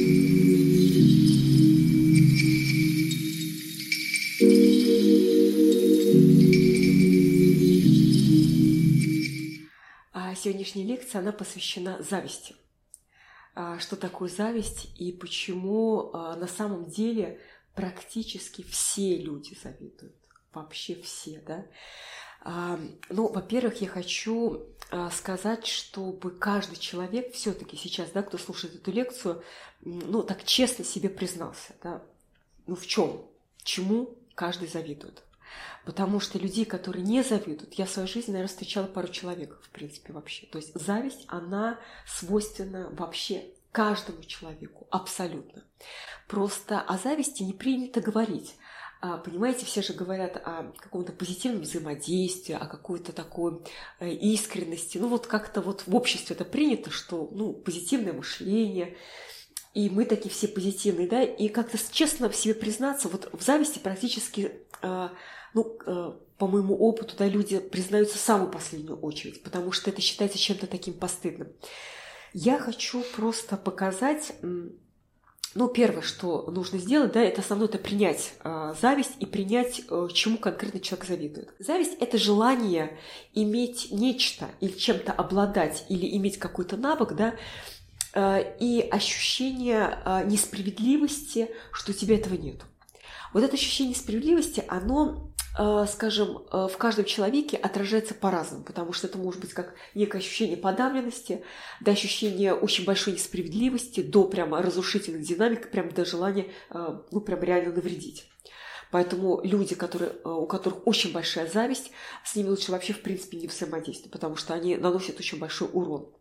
Сегодняшняя лекция, она посвящена зависти. Что такое зависть и почему на самом деле практически все люди завидуют. Вообще все, да? Во-первых, я хочу сказать, чтобы каждый человек все-таки сейчас, да, кто слушает эту лекцию, так честно себе признался, да, в чем, чему каждый завидует. Потому что людей, которые не завидуют, я в своей жизни, наверное, встречала пару человек, в принципе, вообще. То есть зависть, она свойственна вообще каждому человеку, абсолютно. Просто о зависти не принято говорить. Понимаете, все же говорят о каком-то позитивном взаимодействии, о какой-то такой искренности. Как-то в обществе это принято, что, позитивное мышление, и мы такие все позитивные, да, и как-то честно в себе признаться, в зависти практически, по моему опыту, да, люди признаются в самую последнюю очередь, потому что это считается чем-то таким постыдным. Я хочу просто показать, первое, что нужно сделать, да, это основное, это принять зависть и принять, чему конкретно человек завидует. Зависть – это желание иметь нечто или чем-то обладать, или иметь какой-то навык, да, и ощущение несправедливости, что у тебя этого нет. Вот это ощущение несправедливости, оно, скажем, в каждом человеке отражается по-разному, потому что это может быть как некое ощущение подавленности, до ощущения очень большой несправедливости, до прямо разрушительных динамик, прямо до желания, прям реально навредить. Поэтому люди, у которых очень большая зависть, с ними лучше вообще в принципе не взаимодействовать, потому что они наносят очень большой урон.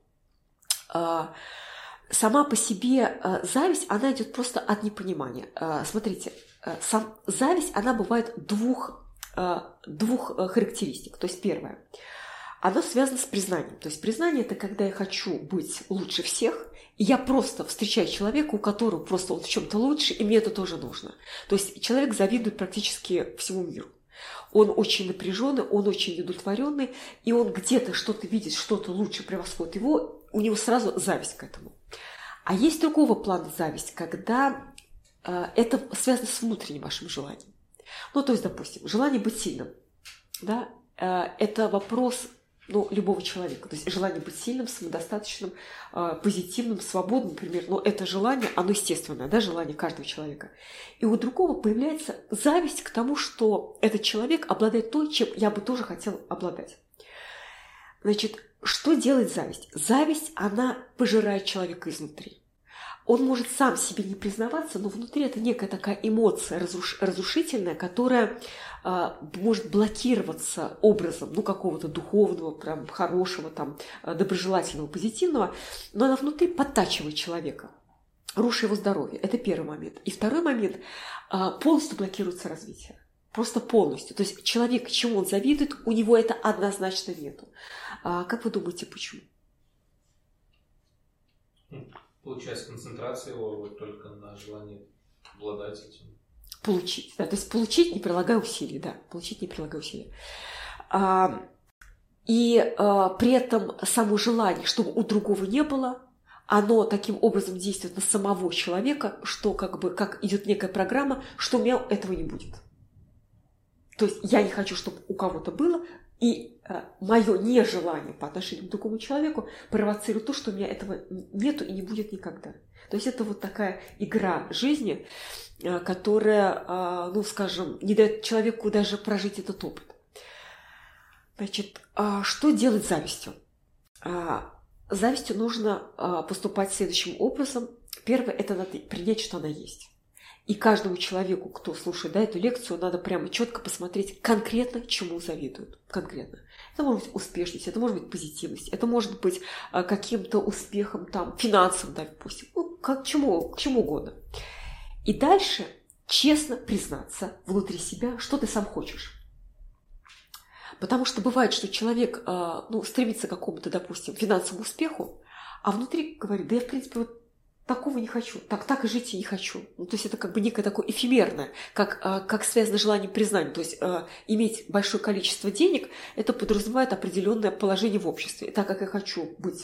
Сама по себе зависть, она идет просто от непонимания. Смотрите, зависть, она бывает двух характеристик. То есть первое, оно связано с признанием. То есть признание – это когда я хочу быть лучше всех, и я просто встречаю человека, у которого просто он в чем-то лучше, и мне это тоже нужно. То есть человек завидует практически всему миру. Он очень напряженный, он очень неудовлетворенный, и он где-то что-то видит, что-то лучше превосходит его, у него сразу зависть к этому. А есть другого плана зависть, когда это связано с внутренним вашим желанием. То есть, допустим, желание быть сильным, да, это вопрос любого человека. То есть желание быть сильным, самодостаточным, позитивным, свободным, например. Но это желание, оно естественное, да, желание каждого человека. И у другого появляется зависть к тому, что этот человек обладает той, чем я бы тоже хотел обладать. Значит, что делает зависть? Зависть, она пожирает человека изнутри. Он может сам себе не признаваться, но внутри это некая такая эмоция разрушительная, которая может блокироваться образом, какого-то духовного, прям хорошего, доброжелательного, позитивного, но она внутри подтачивает человека, рушит его здоровье. Это первый момент. И второй момент – полностью блокируется развитие. Просто полностью. То есть человек, чему он завидует, у него это однозначно нету. Как вы думаете, почему? Получается, концентрация его только на желании обладать этим. Получить, да, то есть получить, не прилагая усилий, да, получить, не прилагая усилий. При этом само желание, чтобы у другого не было, оно таким образом действует на самого человека, что как идет некая программа, что у меня этого не будет. То есть я не хочу, чтобы у кого-то было, и мое нежелание по отношению к другому человеку провоцирует то, что у меня этого нету и не будет никогда. То есть это такая игра жизни, которая, скажем, не дает человеку даже прожить этот опыт. Значит, что делать с завистью? Завистью нужно поступать следующим образом. Первое – это надо принять, что она есть. И каждому человеку, кто слушает эту лекцию, надо прямо четко посмотреть конкретно, чему завидуют. Конкретно. Это может быть успешность, это может быть позитивность, это может быть каким-то успехом финансовым, допустим, к чему угодно. И дальше честно признаться внутри себя, что ты сам хочешь. Потому что бывает, что человек стремится к какому-то, допустим, финансовому успеху, а внутри говорит, да я, в принципе, такого не хочу, так и жить я не хочу. То есть это некое такое эфемерное, как связано с желанием признания. То есть иметь большое количество денег, это подразумевает определенное положение в обществе. И так как я хочу быть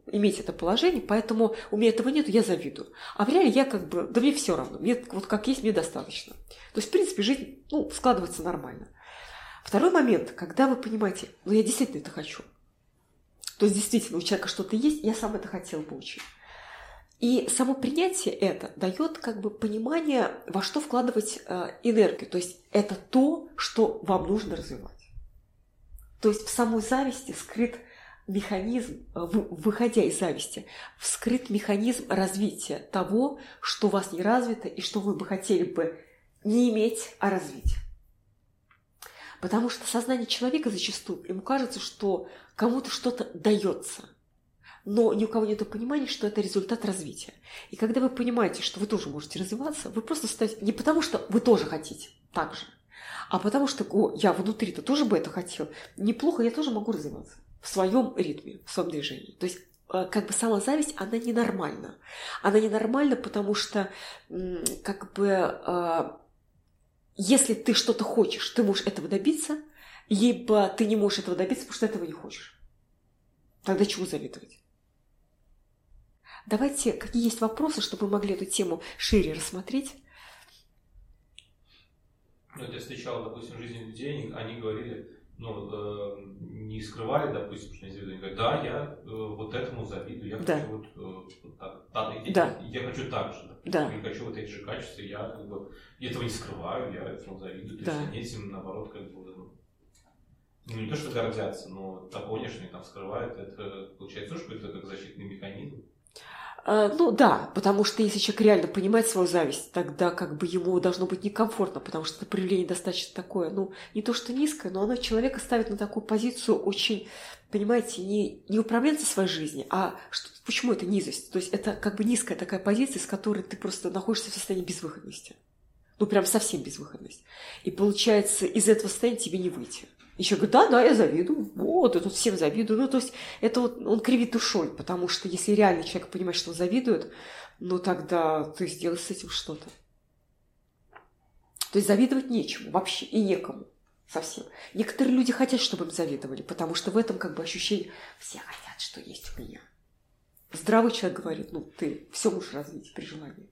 иметь это положение, поэтому у меня этого нет, я завидую. А в реале я как бы, да мне все равно, мне вот как есть, мне достаточно. То есть, в принципе, жизнь, складывается нормально. Второй момент, когда вы понимаете, я действительно это хочу. То есть, действительно, у человека что-то есть, я сам это хотела получить. И само принятие это дает как бы понимание, во что вкладывать энергию. То есть, это то, что вам нужно развивать. То есть, в самой зависти скрыт механизм, выходя из зависти, вскрыт механизм развития того, что у вас не развито и что вы бы хотели бы не иметь, а развить. Потому что сознание человека зачастую, ему кажется, что кому-то что-то дается, но ни у кого нет понимания, что это результат развития. И когда вы понимаете, что вы тоже можете развиваться, вы просто ставите не потому, что вы тоже хотите так же, а потому что я внутри-то тоже бы это хотел. Неплохо, я тоже могу развиваться в своем ритме, в своем движении. То есть как бы сама зависть, она ненормальна. Она ненормальна, потому что как бы если ты что-то хочешь, ты можешь этого добиться, либо ты не можешь этого добиться, потому что этого не хочешь. Тогда чего завидовать? Давайте, какие есть вопросы, чтобы мы могли эту тему шире рассмотреть? Я встречал, допустим, в жизни людей, они говорили, не скрывали, допустим, что они завидуют. Они говорят, да, я вот этому завидую, я хочу вот так, я хочу так же, я хочу вот эти же качества, я как бы этого не скрываю, я этому завидую. То есть они этим, наоборот, как бы, не то, что гордятся, но такое, что они там скрывают, это получается тоже какой-то как защитный механизм. Да, потому что если человек реально понимает свою зависть, тогда как бы ему должно быть некомфортно, потому что это проявление достаточно такое, не то что низкое, но оно человека ставит на такую позицию очень, понимаете, не управленца своей жизни, а почему это низость? То есть это как бы низкая такая позиция, с которой ты просто находишься в состоянии безвыходности. Прям совсем безвыходность. И получается, из этого состояния тебе не выйти. Еще говорит, да, я завидую, я тут всем завидую. То есть это он кривит душой, потому что если реально человек понимает, что он завидует, тогда ты сделай с этим что-то. То есть завидовать нечему вообще и некому совсем. Некоторые люди хотят, чтобы им завидовали, потому что в этом как бы ощущение, все хотят, что есть у меня. Здравый человек говорит, ты все можешь развить при желании.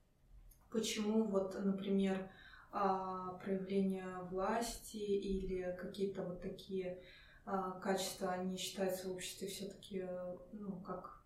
Почему например, проявления власти или какие-то вот такие качества, они считаются в обществе все-таки как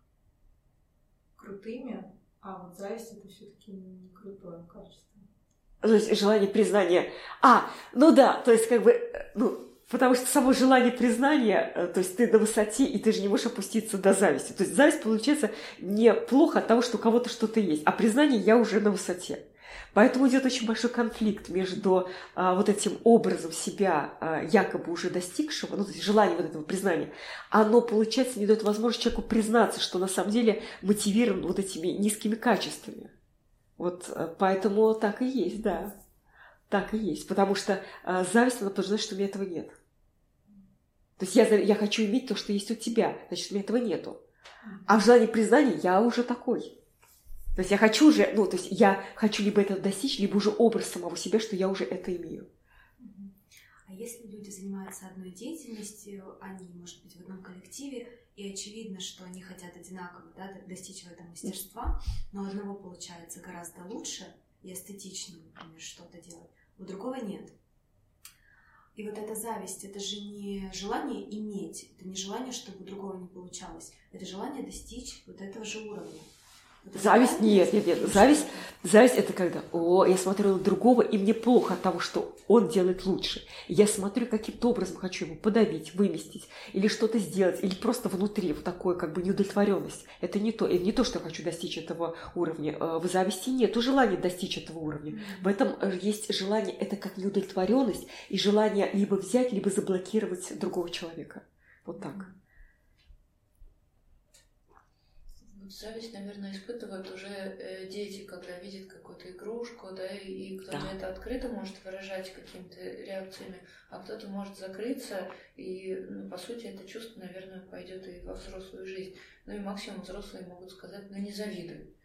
крутыми, а вот зависть это все-таки не крутое качество. То есть желание признания. То есть как бы, потому что само желание признания, то есть ты на высоте, и ты же не можешь опуститься до зависти. То есть зависть получается неплохо от того, что у кого-то что-то есть, а признание я уже на высоте. Поэтому идет очень большой конфликт между вот этим образом себя, якобы уже достигшего, то есть желание вот этого признания, оно, получается, не дает возможность человеку признаться, что на самом деле мотивирован вот этими низкими качествами. Поэтому так и есть, да. Так и есть. Потому что зависть, она подразумевает, что у меня этого нет. То есть я хочу иметь то, что есть у тебя, значит, у меня этого нету. А в желании признания я уже такой. То есть я хочу уже, то есть я хочу либо это достичь, либо уже образ самого себя, что я уже это имею. А если люди занимаются одной деятельностью, они, может быть, в одном коллективе, и очевидно, что они хотят одинаково достичь в этом мастерства, но у одного получается гораздо лучше и эстетично, например, что-то делать, у другого нет. И вот эта зависть, это же не желание иметь, это не желание, чтобы у другого не получалось, это желание достичь вот этого же уровня. Зависть нет. Зависть это когда, я смотрю на другого, и мне плохо от того, что он делает лучше. Я смотрю, каким-то образом хочу его подавить, выместить, или что-то сделать, или просто внутри вот такое как бы неудовлетворенность. Это не то, что я хочу достичь этого уровня. В зависти нет желания достичь этого уровня. В этом есть желание, это как неудовлетворенность и желание либо взять, либо заблокировать другого человека. Вот так. Зависть, наверное, испытывают уже дети, когда видят какую-то игрушку, и кто-то это открыто может выражать какими-то реакциями, а кто-то может закрыться, и, по сути, это чувство, наверное, пойдет и во взрослую жизнь. И максимум взрослые могут сказать, не завидуй.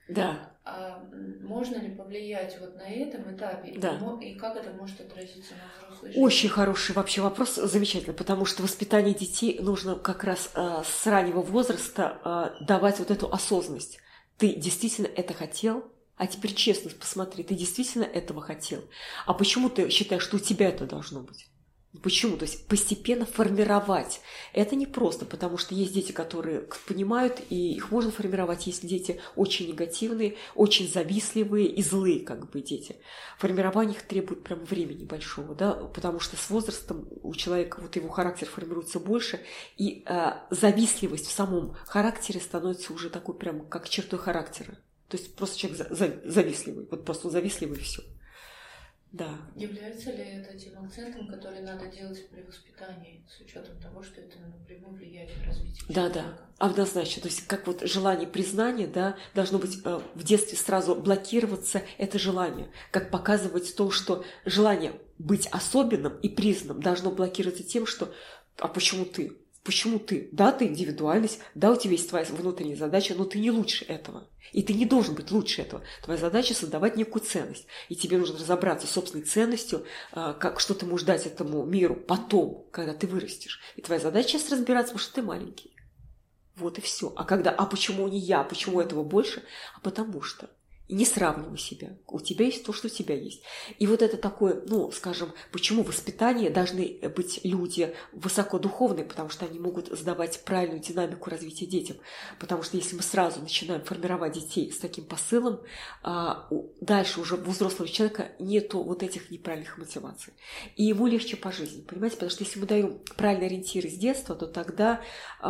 Да. А можно ли повлиять вот на этом этапе? Да. И как это может отразиться на взрослой жизни? Очень хороший вообще вопрос, замечательно, потому что воспитание детей нужно как раз с раннего возраста давать вот эту осознанность. Ты действительно это хотел? А теперь честно посмотри, ты действительно этого хотел? А почему ты считаешь, что у тебя это должно быть? Почему? То есть постепенно формировать. Это непросто, потому что есть дети, которые понимают, и их можно формировать. Есть дети очень негативные, очень завистливые и злые как бы дети. Формирование их требует прям времени большого, да, потому что с возрастом у человека вот его характер формируется больше, и завистливость в самом характере становится уже такой прям как чертой характера. То есть просто человек завистливый, вот просто завистливый и все. Да. Является ли это тем акцентом, который надо делать при воспитании, с учетом того, что это напрямую влияет на развитие человека? Да, однозначно. То есть как вот желание признания, да, должно быть в детстве сразу блокироваться это желание, как показывать то, что желание быть особенным и признанным должно блокироваться тем, что «а почему ты? Почему ты? Да, ты индивидуальность, да, у тебя есть твоя внутренняя задача, но ты не лучше этого. И ты не должен быть лучше этого. Твоя задача – создавать некую ценность. И тебе нужно разобраться с собственной ценностью, что ты можешь дать этому миру потом, когда ты вырастешь. И твоя задача сейчас разбираться, потому что ты маленький. Вот и все. А почему не я, почему этого больше? А потому что. И не сравнивай себя. У тебя есть то, что у тебя есть. И вот это такое, скажем, почему в воспитании должны быть люди высокодуховные, потому что они могут задавать правильную динамику развития детям. Потому что если мы сразу начинаем формировать детей с таким посылом, дальше уже у взрослого человека нету вот этих неправильных мотиваций. И ему легче по жизни, понимаете? Потому что если мы даем правильные ориентиры с детства, то тогда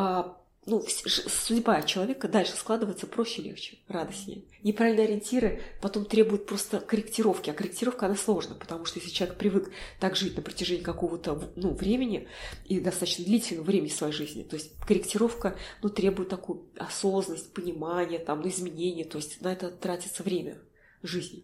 судьба человека дальше складывается проще, легче, радостнее. Неправильные ориентиры потом требуют просто корректировки, а корректировка, она сложна, потому что если человек привык так жить на протяжении какого-то времени и достаточно длительного времени своей жизни, то есть корректировка требует такую осознанность, понимание, изменения, то есть на это тратится время жизни.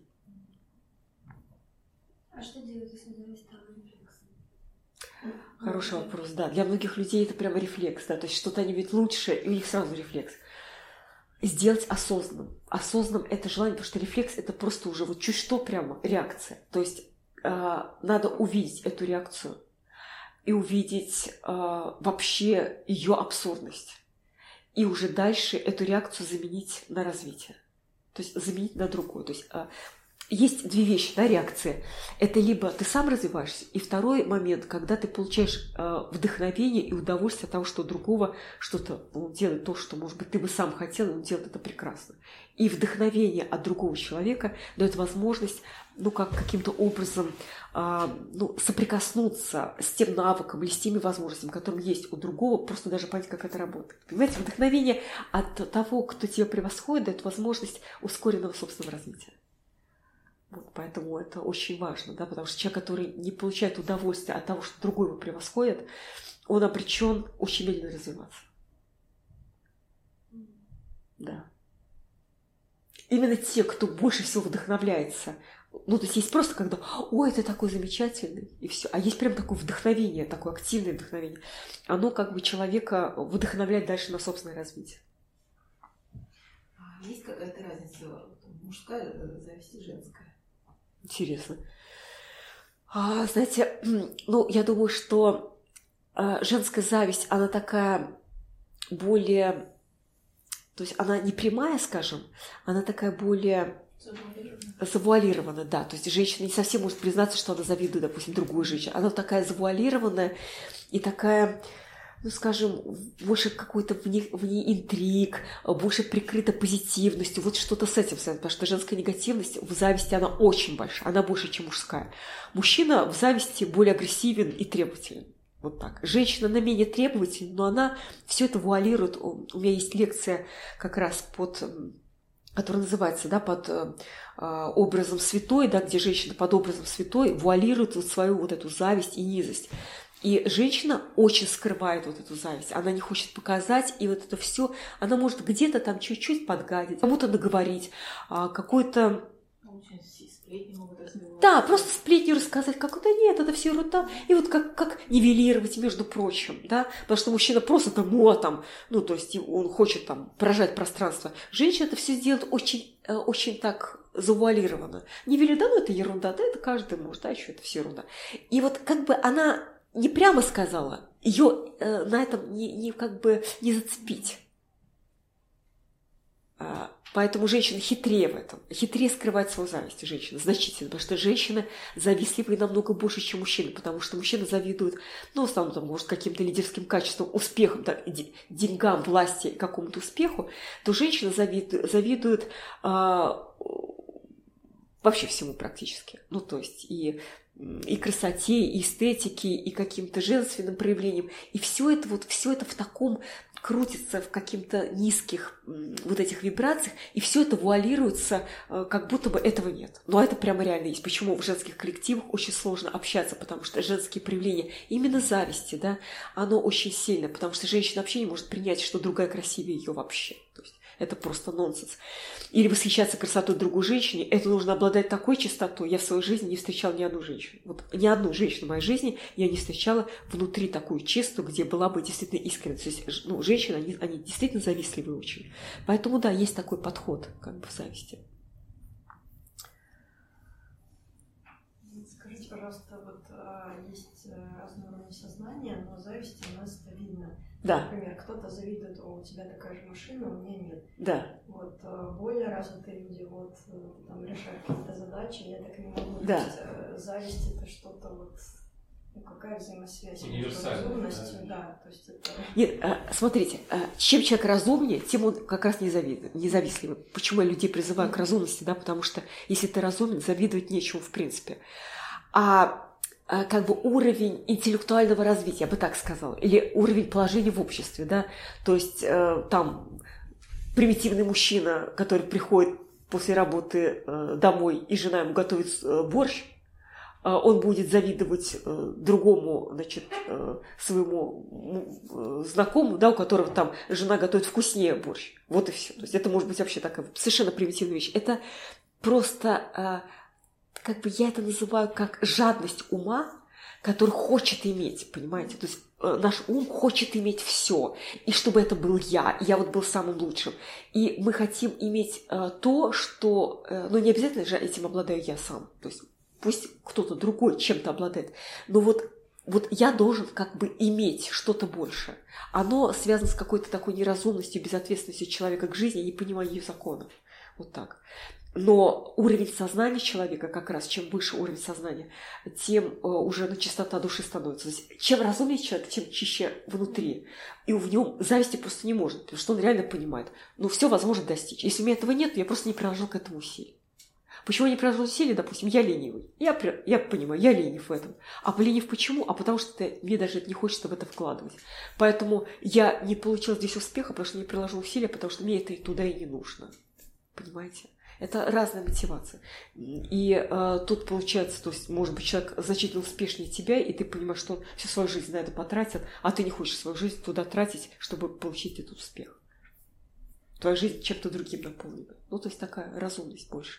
А что делать, если зависть там рефлексом? Хороший вопрос, да. Для многих людей это прямо рефлекс, да, то есть что-то они видят лучше, и у них сразу рефлекс. Сделать осознанным. Осознанным это желание, потому что рефлекс это просто уже вот чуть что прямо реакция. То есть надо увидеть эту реакцию и увидеть вообще ее абсурдность. И уже дальше эту реакцию заменить на развитие. То есть заменить на другую. То есть есть две вещи, да, реакции. Это либо ты сам развиваешься, и второй момент, когда ты получаешь вдохновение и удовольствие от того, что другого что-то делает то, что, может быть, ты бы сам хотел, и он делает это прекрасно. И вдохновение от другого человека дает возможность, каким-то образом соприкоснуться с тем навыком или с теми возможностями, которые есть у другого, просто даже понять, как это работает. Понимаете, вдохновение от того, кто тебя превосходит, дает возможность ускоренного собственного развития. Поэтому это очень важно, да, потому что человек, который не получает удовольствия от того, что другой его превосходит, он обречен очень медленно развиваться. Да. Именно те, кто больше всего вдохновляется, то есть просто когда «Ой, ты такой замечательный», и все. А есть прям такое вдохновение, такое активное вдохновение. Оно человека вдохновляет дальше на собственное развитие. Есть какая-то разница, мужская зависть и женская? Интересно. Знаете, я думаю, что женская зависть, она такая более... То есть она не прямая, скажем, она такая более... Завуалированная, да. То есть женщина не совсем может признаться, что она завидует, допустим, другой женщине. Она такая завуалированная и такая... скажем, больше какой-то в ней интриг, больше прикрыта позитивностью, вот что-то с этим связано, потому что женская негативность в зависти, она очень большая, она больше, чем мужская. Мужчина в зависти более агрессивен и требователен, вот так. Женщина, она менее требовательна, но она все это вуалирует. У меня есть лекция как раз которая называется, да, под образом святой, да, где женщина под образом святой вуалирует свою вот эту зависть и низость. И женщина очень скрывает вот эту зависть, она не хочет показать, и вот это все, она может где-то там чуть-чуть подгадить, кому-то наговорить, какой-то... сплетни могут развиваться. Да, просто сплетни рассказать, как да нет, это все ерунда. И вот как нивелировать, между прочим, да, потому что мужчина просто там, то есть он хочет там поражать пространство. Женщина это все делает очень, очень так завуалированно. Нивелировать, это ерунда, да, это каждый может, да, еще это все ерунда. И вот как бы она не прямо сказала, ее на этом не зацепить. Поэтому женщина хитрее в этом. Хитрее скрывает свою зависть женщина, значительно. Потому что женщины завистливые намного больше, чем мужчины. Потому что мужчины завидуют, в основном, там, может, каким-то лидерским качествам, успехам, да, деньгам, власти, какому-то успеху, то женщина завидует вообще всему практически. То есть и красоте, и эстетике, и каким-то женственным проявлениям. И все это в таком крутится в каких-то низких вот этих вибрациях, и все это вуалируется, как будто бы этого нет. Но это прямо реально есть. Почему в женских коллективах очень сложно общаться, потому что женские проявления именно зависти, да, оно очень сильно, потому что женщина вообще не может принять, что другая красивее ее вообще. То есть это просто нонсенс. Или восхищаться красотой другой женщины, это нужно обладать такой чистотой. Я в своей жизни не встречала ни одну женщину. Вот ни одну женщину в моей жизни я не встречала внутри такую чистую, где была бы действительно искренность. То есть, женщины, они действительно завистливые очень. Поэтому, да, есть такой подход, как бы в зависти. Скажите, пожалуйста, есть разные уровни сознания, но зависть у нас видно. Да. Например, кто-то завидует, у тебя такая же машина, у меня нет. Да. Более развитые люди там решают какие-то задачи, я так не могу. Да. То есть зависть это что-то какая взаимосвязь между разумностью, да, то есть это... Нет, смотрите, чем человек разумнее, тем он как раз независимый. Почему я людей призываю к разумности, да, потому что если ты разумен, завидовать нечему в принципе. Как бы уровень интеллектуального развития, я бы так сказала, или уровень положения в обществе, да, то есть там примитивный мужчина, который приходит после работы домой, и жена ему готовит борщ, он будет завидовать другому, значит, своему знакомому, да, у которого там жена готовит вкуснее борщ. Вот и все. То есть это может быть вообще такая совершенно примитивная вещь. Это просто... как бы я это называю как жадность ума, который хочет иметь, понимаете? То есть наш ум хочет иметь все, и чтобы это был я, и я был самым лучшим. И мы хотим иметь то, что... не обязательно же этим обладаю я сам. То есть пусть кто-то другой чем-то обладает. Но вот я должен как бы иметь что-то большее. Оно связано с какой-то такой неразумностью, безответственностью человека к жизни и непониманием законов. Вот так. Но уровень сознания человека, как раз, чем выше уровень сознания, тем уже чистота души становится. То есть, чем разумнее человек, тем чище внутри. И в нем зависти просто не может, потому что он реально понимает, все возможно достичь. Если у меня этого нет, то я просто не приложил к этому усилий. Почему я не приложил усилий? Допустим, я ленивый. Я понимаю, я ленив в этом. А ленив почему? А потому что мне даже не хочется в это вкладывать. Поэтому я не получил здесь успеха, потому что не приложил усилия, потому что мне это и туда и не нужно. Понимаете? Это разная мотивация. И тут получается, то есть, может быть, человек значительно успешнее тебя, и ты понимаешь, что он всю свою жизнь на это потратит, а ты не хочешь свою жизнь туда тратить, чтобы получить этот успех. Твоя жизнь чем-то другим наполнена. То есть такая разумность больше.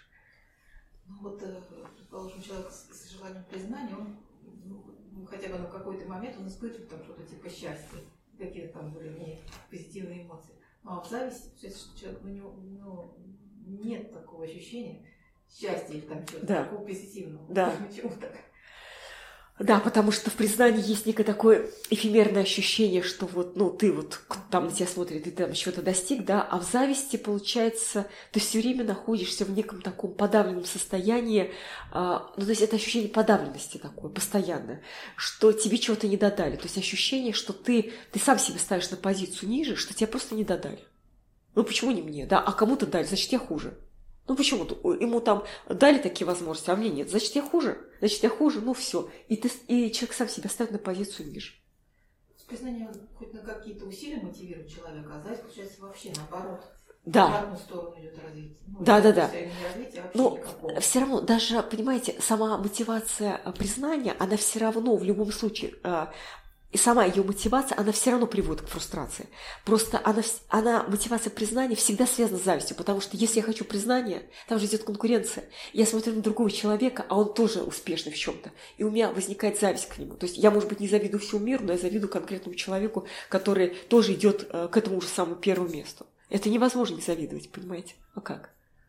Предположим, человек с желанием признания, он хотя бы на какой-то момент он испытывает там что-то типа счастья, какие-то там более-менее позитивные эмоции. А в зависти, что человек, у него нет такого ощущения счастья или там чего-то такого позитивного. Да. Почему так? Да, потому что в признании есть некое такое эфемерное ощущение, что ты там на тебя смотрит, ты там чего-то достиг, да, а в зависти, получается, ты все время находишься в неком таком подавленном состоянии, то есть это ощущение подавленности такое, постоянное, что тебе чего-то не додали, то есть ощущение, что ты сам себя ставишь на позицию ниже, что тебя просто не додали. Почему не мне, да, а кому-то дали, значит, я хуже. Почему? Ему там дали такие возможности, а мне нет. Значит, я хуже, все. И человек сам себя ставит на позицию ниже. Признание хоть на какие-то усилия мотивирует человека, а зависть, получается, вообще наоборот. Да. В одну сторону идет развитие. Да. Но все равно, даже, понимаете, сама мотивация признания, она все равно в любом случае и сама ее мотивация, она все равно приводит к фрустрации. Просто мотивация признания всегда связана с завистью, потому что если я хочу признания, там же идет конкуренция. Я смотрю на другого человека, а он тоже успешный в чем-то, и у меня возникает зависть к нему. То есть я, может быть, не завидую всему миру, но я завидую конкретному человеку, который тоже идет к этому же самому первому месту. Это невозможно не завидовать, понимаете? А как?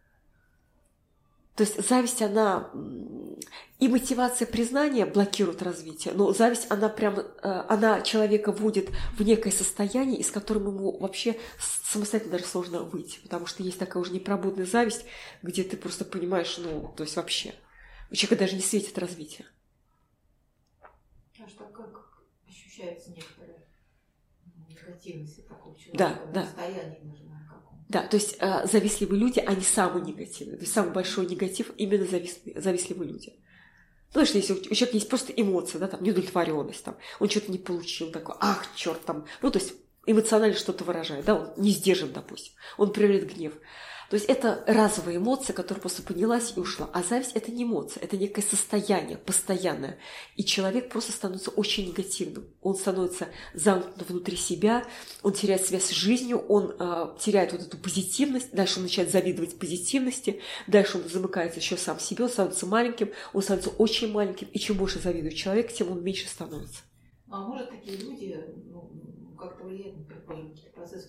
То есть зависть, она и мотивация признания блокирует развитие, но зависть, она человека вводит в некое состояние, из которого ему вообще самостоятельно даже сложно выйти, потому что есть такая уже непробудная зависть, где ты просто понимаешь, то есть вообще, у человека даже не светит развитие. А что, как ощущается некоторая негативность такого человека? Да. Состояние даже. Да, то есть завистливые люди, они самые негативные. То есть самый большой негатив именно завистливые люди. Потому что если у человека есть просто эмоции, да, там, неудовлетворенность, там, он что-то не получил, такой, ах, черт, там, то есть эмоционально что-то выражает, да, он не сдержан, допустим, он проявляет гнев. То есть это разовая эмоция, которая просто поднялась и ушла. А зависть – это не эмоция, это некое состояние постоянное. И человек просто становится очень негативным. Он становится замкнут внутри себя, он теряет связь с жизнью, он теряет вот эту позитивность, дальше он начинает завидовать позитивности, дальше он замыкается еще сам в себе, он становится маленьким, он становится очень маленьким. И чем больше завидует человек, тем он меньше становится. А может, такие люди как-то влияют на какие-то процессы?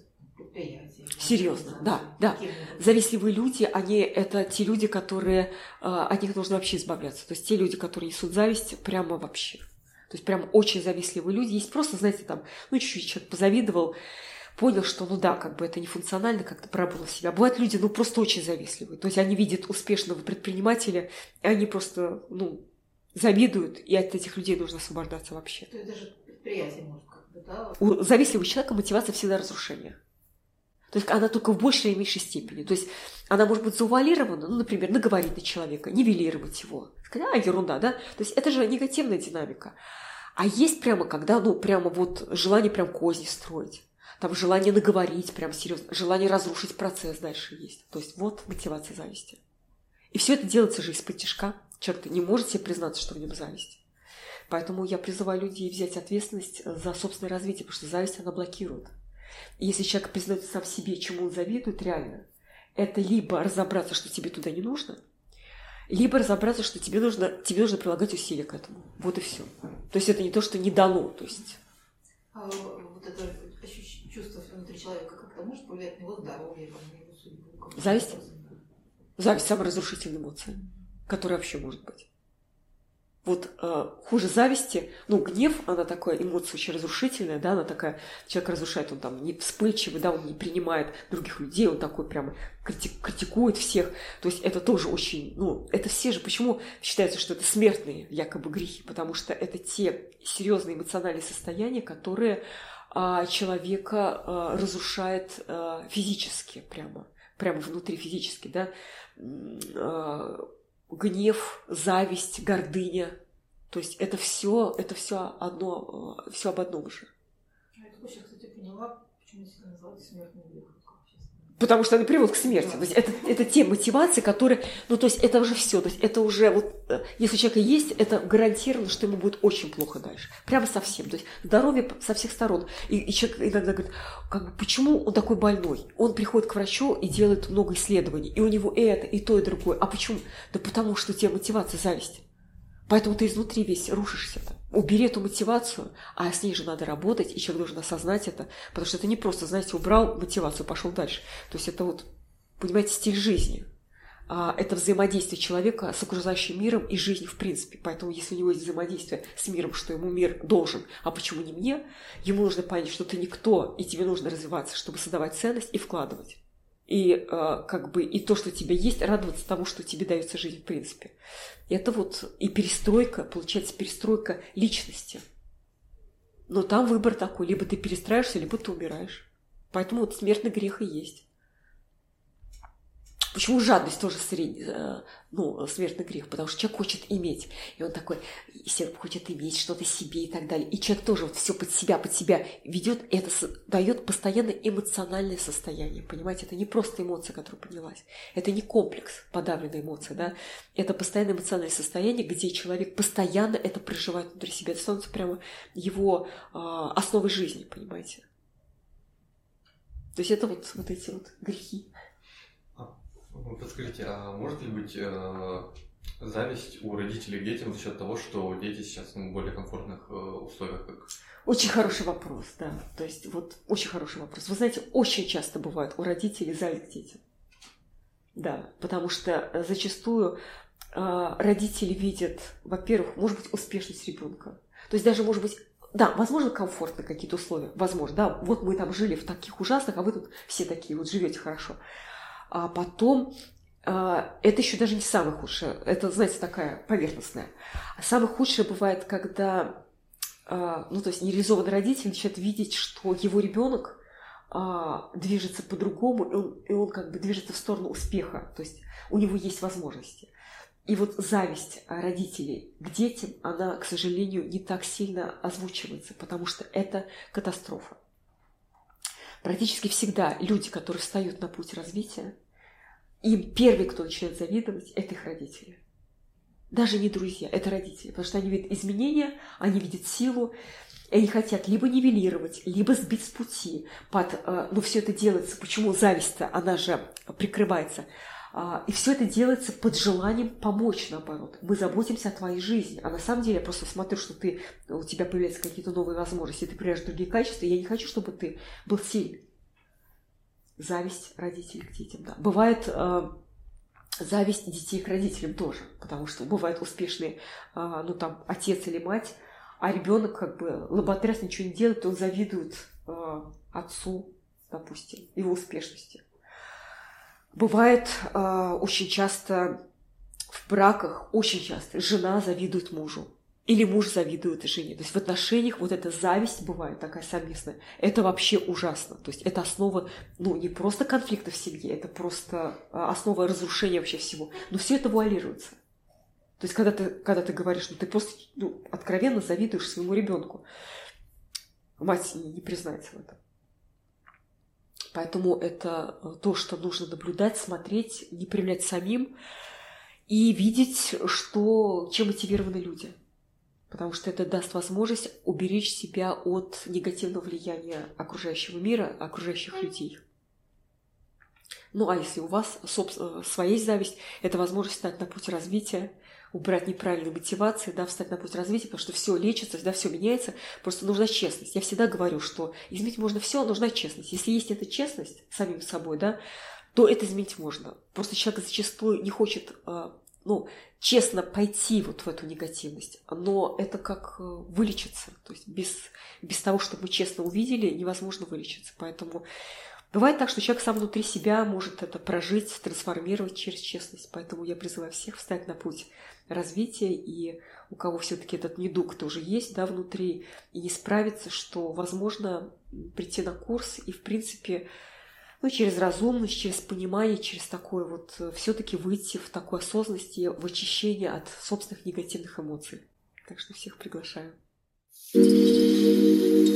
Серьезно, да. Завистливые люди, это те люди, которые, от них нужно вообще избавляться. То есть те люди, которые несут зависть, прямо вообще. То есть прям очень завистливые люди. Есть просто, знаете, там, чуть-чуть человек позавидовал, понял, что, как бы это не функционально, как-то пробовал себя. Бывают люди, просто очень завистливые. То есть они видят успешного предпринимателя, и они просто, завидуют, и от этих людей нужно освобождаться вообще. То есть даже предприятие может как-то, да? У завистливого человека мотивация всегда разрушение. То есть она только в большей или меньшей степени. То есть она может быть заувалирована, например, наговорить на человека, нивелировать его. Сказать, ерунда, да? То есть это же негативная динамика. А есть прямо когда, желание прям козни строить. Там желание наговорить прям серьезно, желание разрушить процесс дальше есть. То есть вот мотивация зависти. И все это делается же из-под тишка. Человек не может себе признаться, что в нем зависть. Поэтому я призываю людей взять ответственность за собственное развитие, потому что зависть, она блокирует. И если человек признается сам себе, чему он завидует реально, это либо разобраться, что тебе туда не нужно, либо разобраться, что тебе нужно прилагать усилия к этому. Вот и все. То есть это не то, что не дано. То есть... А вот это чувство внутри человека как-то может повлиять на его здоровье, на его судьбу? Зависть? Зависть – самая разрушительная эмоция, которая вообще может быть. Вот хуже зависти, гнев, она такая эмоция очень разрушительная, да, она такая, человек разрушает, он там не вспыльчивый, да, он не принимает других людей, он такой прямо критикует всех, то есть это тоже очень, это все же, почему считается, что это смертные якобы грехи, потому что это те серьезные эмоциональные состояния, которые человека разрушает физически, прямо внутри физически, да, гнев, зависть, гордыня. То есть это все одно, все об одном же. Я только сейчас, кстати, поняла, почему это называется смертный грех. Потому что они приводят к смерти. Да. То есть это те мотивации, которые... то есть это уже все. То есть это уже если у человека есть, это гарантированно, что ему будет очень плохо дальше. Прямо совсем. То есть здоровье со всех сторон. И человек иногда говорит, почему он такой больной? Он приходит к врачу и делает много исследований. И у него это, и то, и другое. А почему? Да потому что у тебя мотивация зависть. Поэтому ты изнутри весь рушишься-то. Убери эту мотивацию, а с ней же надо работать, и человек должен осознать это, потому что это не просто, знаете, убрал мотивацию, пошел дальше. То есть это понимаете, стиль жизни. Это взаимодействие человека с окружающим миром и жизнью в принципе. Поэтому если у него есть взаимодействие с миром, что ему мир должен, а почему не мне, ему нужно понять, что ты никто, и тебе нужно развиваться, чтобы создавать ценность и вкладывать. И и то, что у тебя есть, радоваться тому, что тебе дается жизнь в принципе. Это и перестройка, получается перестройка личности. Но там выбор такой, либо ты перестраиваешься, либо ты умираешь. Поэтому смертный грех и есть. Почему жадность тоже смертный грех? Потому что человек хочет иметь. И он такой, естественно, хочет иметь что-то себе и так далее. И человек тоже вот все под себя ведет. Это дает постоянно эмоциональное состояние. Понимаете, это не просто эмоция, которая поднялась. Это не комплекс, подавленная эмоция, да. Это постоянное эмоциональное состояние, где человек постоянно это проживает внутри себя. Это становится прямо его основой жизни, понимаете. То есть это вот эти вот грехи. Подскажите, а может ли быть зависть у родителей к детям за счет того, что дети сейчас в более комфортных условиях? Очень хороший вопрос, да. То есть вот очень хороший вопрос. Вы знаете, очень часто бывает у родителей зависть к детям. Да, потому что зачастую родители видят, во-первых, может быть, успешность ребенка. То есть даже, может быть, да, возможно, комфортно какие-то условия. Возможно, да. Вот мы там жили в таких ужасных, а вы тут все такие вот живете хорошо. А потом, это еще даже не самое худшее, это, знаете, такая поверхностная. А самое худшее бывает, когда, то есть нереализованный родитель начинает видеть, что его ребенок движется по-другому, и он как бы движется в сторону успеха, то есть у него есть возможности. И вот зависть родителей к детям, она, к сожалению, не так сильно озвучивается, потому что это катастрофа. Практически всегда люди, которые встают на путь развития, им первый, кто начинает завидовать, это их родители. Даже не друзья, это родители, потому что они видят изменения, они видят силу, и они хотят либо нивелировать, либо сбить с пути. Все это делается, почему зависть-то, она же прикрывается, и все это делается под желанием помочь, наоборот. Мы заботимся о твоей жизни. А на самом деле я просто смотрю, что у тебя появляются какие-то новые возможности, ты проявляешь другие качества, и я не хочу, чтобы ты был сильный. Зависть родителей к детям, да. Бывает зависть детей к родителям тоже, потому что бывают успешные, отец или мать, а ребенок как бы лоботряс, ничего не делает, и он завидует отцу, допустим, его успешности. Бывает очень часто в браках, очень часто жена завидует мужу. Или муж завидует жене. То есть в отношениях вот эта зависть бывает такая совместная. Это вообще ужасно. То есть это основа, не просто конфликта в семье, это просто основа разрушения вообще всего. Но все это вуалируется. То есть когда ты говоришь, ты просто откровенно завидуешь своему ребенку. Мать не признается в этом. Поэтому это то, что нужно наблюдать, смотреть, не проявлять самим и видеть, чем мотивированы люди. Потому что это даст возможность уберечь себя от негативного влияния окружающего мира, окружающих людей. А если у вас своя есть зависть, это возможность встать на путь развития, убрать неправильные мотивации, встать на путь развития, потому что все лечится, все меняется, просто нужна честность. Я всегда говорю, что изменить можно все, нужна честность. Если есть эта честность с самим собой, то это изменить можно. Просто человек зачастую не хочет честно пойти вот в эту негативность, но это как вылечиться. То есть без того, чтобы мы честно увидели, невозможно вылечиться. Поэтому бывает так, что человек сам внутри себя может это прожить, трансформировать через честность. Поэтому я призываю всех встать на путь развития, и у кого все-таки этот недуг тоже есть внутри, и не справиться, что возможно прийти на курс и, в принципе, через разумность, через понимание, через такое все-таки выйти в такую осознанность и в очищение от собственных негативных эмоций. Так что всех приглашаю.